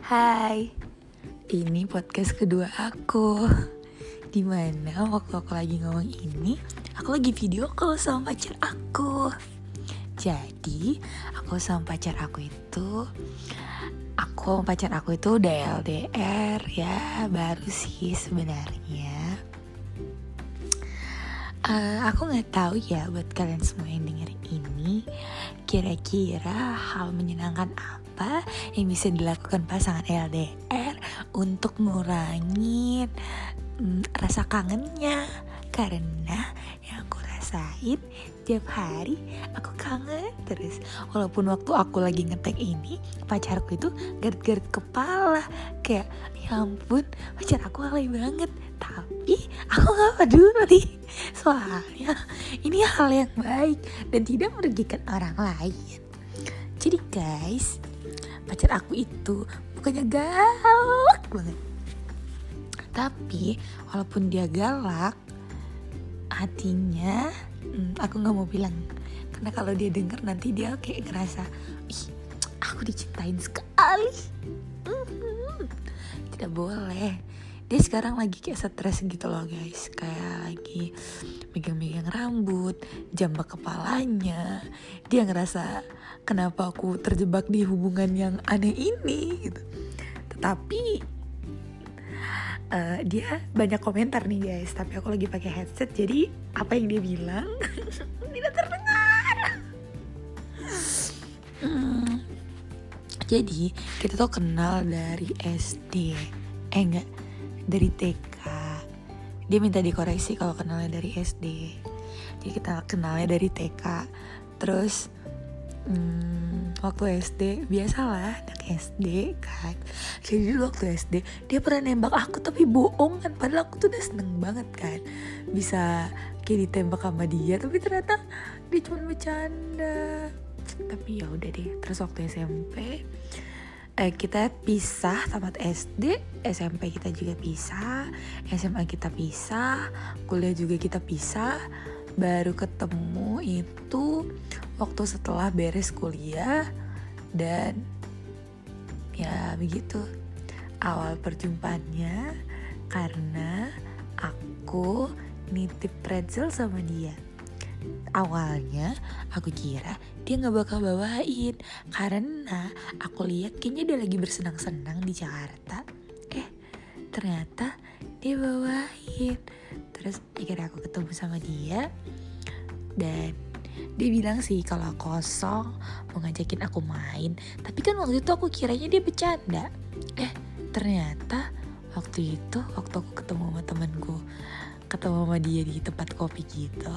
Hai, ini podcast kedua aku. Dimana waktu aku lagi ngomong ini, aku lagi video call sama pacar aku. Jadi, aku sama pacar aku itu udah LDR ya, baru sih sebenarnya. Aku nggak tahu ya buat kalian semua yang dengerin ini, kira-kira hal menyenangkan apa yang bisa dilakukan pasangan LDR untuk ngurangin rasa kangennya. Karena yang aku rasain tiap hari aku kangen terus. Walaupun waktu aku lagi ngetek ini, pacarku itu garet-garet kepala, kayak ya ampun pacar aku alay banget. Tapi aku gak peduli, soalnya ini hal yang baik dan tidak merugikan orang lain. Jadi guys, pacar aku itu bukannya galak banget, tapi walaupun dia galak, hatinya aku gak mau bilang, karena kalau dia denger nanti dia kayak ngerasa ih, aku dicintain sekali. Tidak boleh. Dia sekarang lagi kayak stres gitu loh guys, kayak lagi megang-megang rambut, jambak kepalanya. Dia ngerasa kenapa aku terjebak di hubungan yang aneh ini gitu. Tetapi dia banyak komentar nih guys, tapi aku lagi pakai headset, jadi apa yang dia bilang tidak terdengar. Jadi kita tuh kenal dari SD, dari TK. Dia minta dikoreksi kalau kenalnya dari SD. Jadi kita kenalnya dari TK. Terus waktu SD, biasalah anak SD kan. Jadi dulu waktu SD dia pernah nembak aku tapi bohong kan. Padahal aku tuh udah seneng banget kan bisa kayak ditembak sama dia, tapi ternyata dia cuma bercanda. Tapi ya udah deh. Terus waktu SMP kita pisah, tamat SD, SMP kita juga pisah, SMA kita pisah, kuliah juga kita pisah. Baru ketemu itu waktu setelah beres kuliah. Dan ya begitu awal perjumpaannya, karena aku nitip pretzel sama dia. Awalnya aku kira dia gak bakal bawain, karena aku lihat kayaknya dia lagi bersenang-senang di Jakarta. Ternyata dia bawain. Terus akhirnya aku ketemu sama dia, dan dia bilang sih kalau kosong mau ngajakin aku main. Tapi kan waktu itu aku kiranya dia bercanda. Ternyata waktu aku ketemu sama temenku, ketemu sama dia di tempat kopi gitu,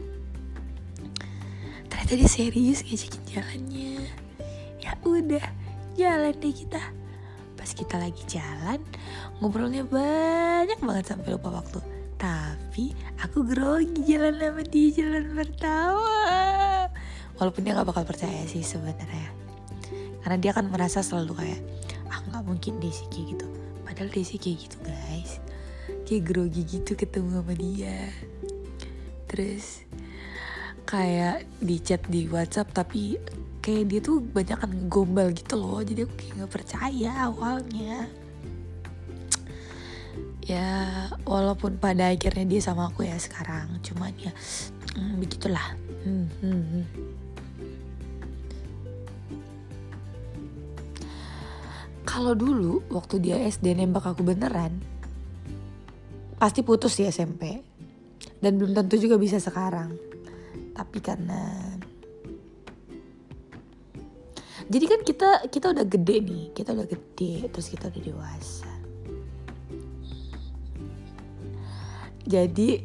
ternyata dia serius ngajakin jalannya. Ya udah, jalan deh kita. Pas kita lagi jalan, ngobrolnya banyak banget sampai lupa waktu. Tapi aku grogi jalan sama dia, jalan pertama. Walaupun dia gak bakal percaya sih sebenarnya, karena dia kan merasa selalu kayak gak mungkin Desi kayak gitu. Padahal Desi kayak gitu guys, kayak grogi gitu ketemu sama dia. Terus kayak di chat di WhatsApp, tapi kayak dia tuh banyak kan gombal gitu loh. Jadi aku kayak gak percaya awalnya. Ya walaupun pada akhirnya dia sama aku ya sekarang, cuman ya begitulah. Kalau dulu waktu dia SD nembak aku beneran, pasti putus di SMP. Dan belum tentu juga bisa sekarang. Tapi karena jadi kan kita udah gede nih, terus kita udah dewasa. Jadi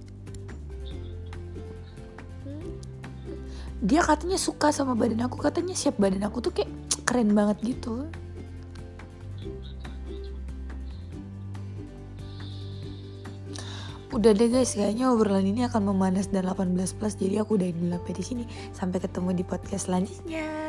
dia katanya suka sama badan aku, katanya shape badan aku tuh kayak keren banget gitu. Udah deh guys, kayaknya obrolan ini akan memanas dan 18+, jadi aku udahin dulu sampai di sini. Sampai ketemu di podcast selanjutnya.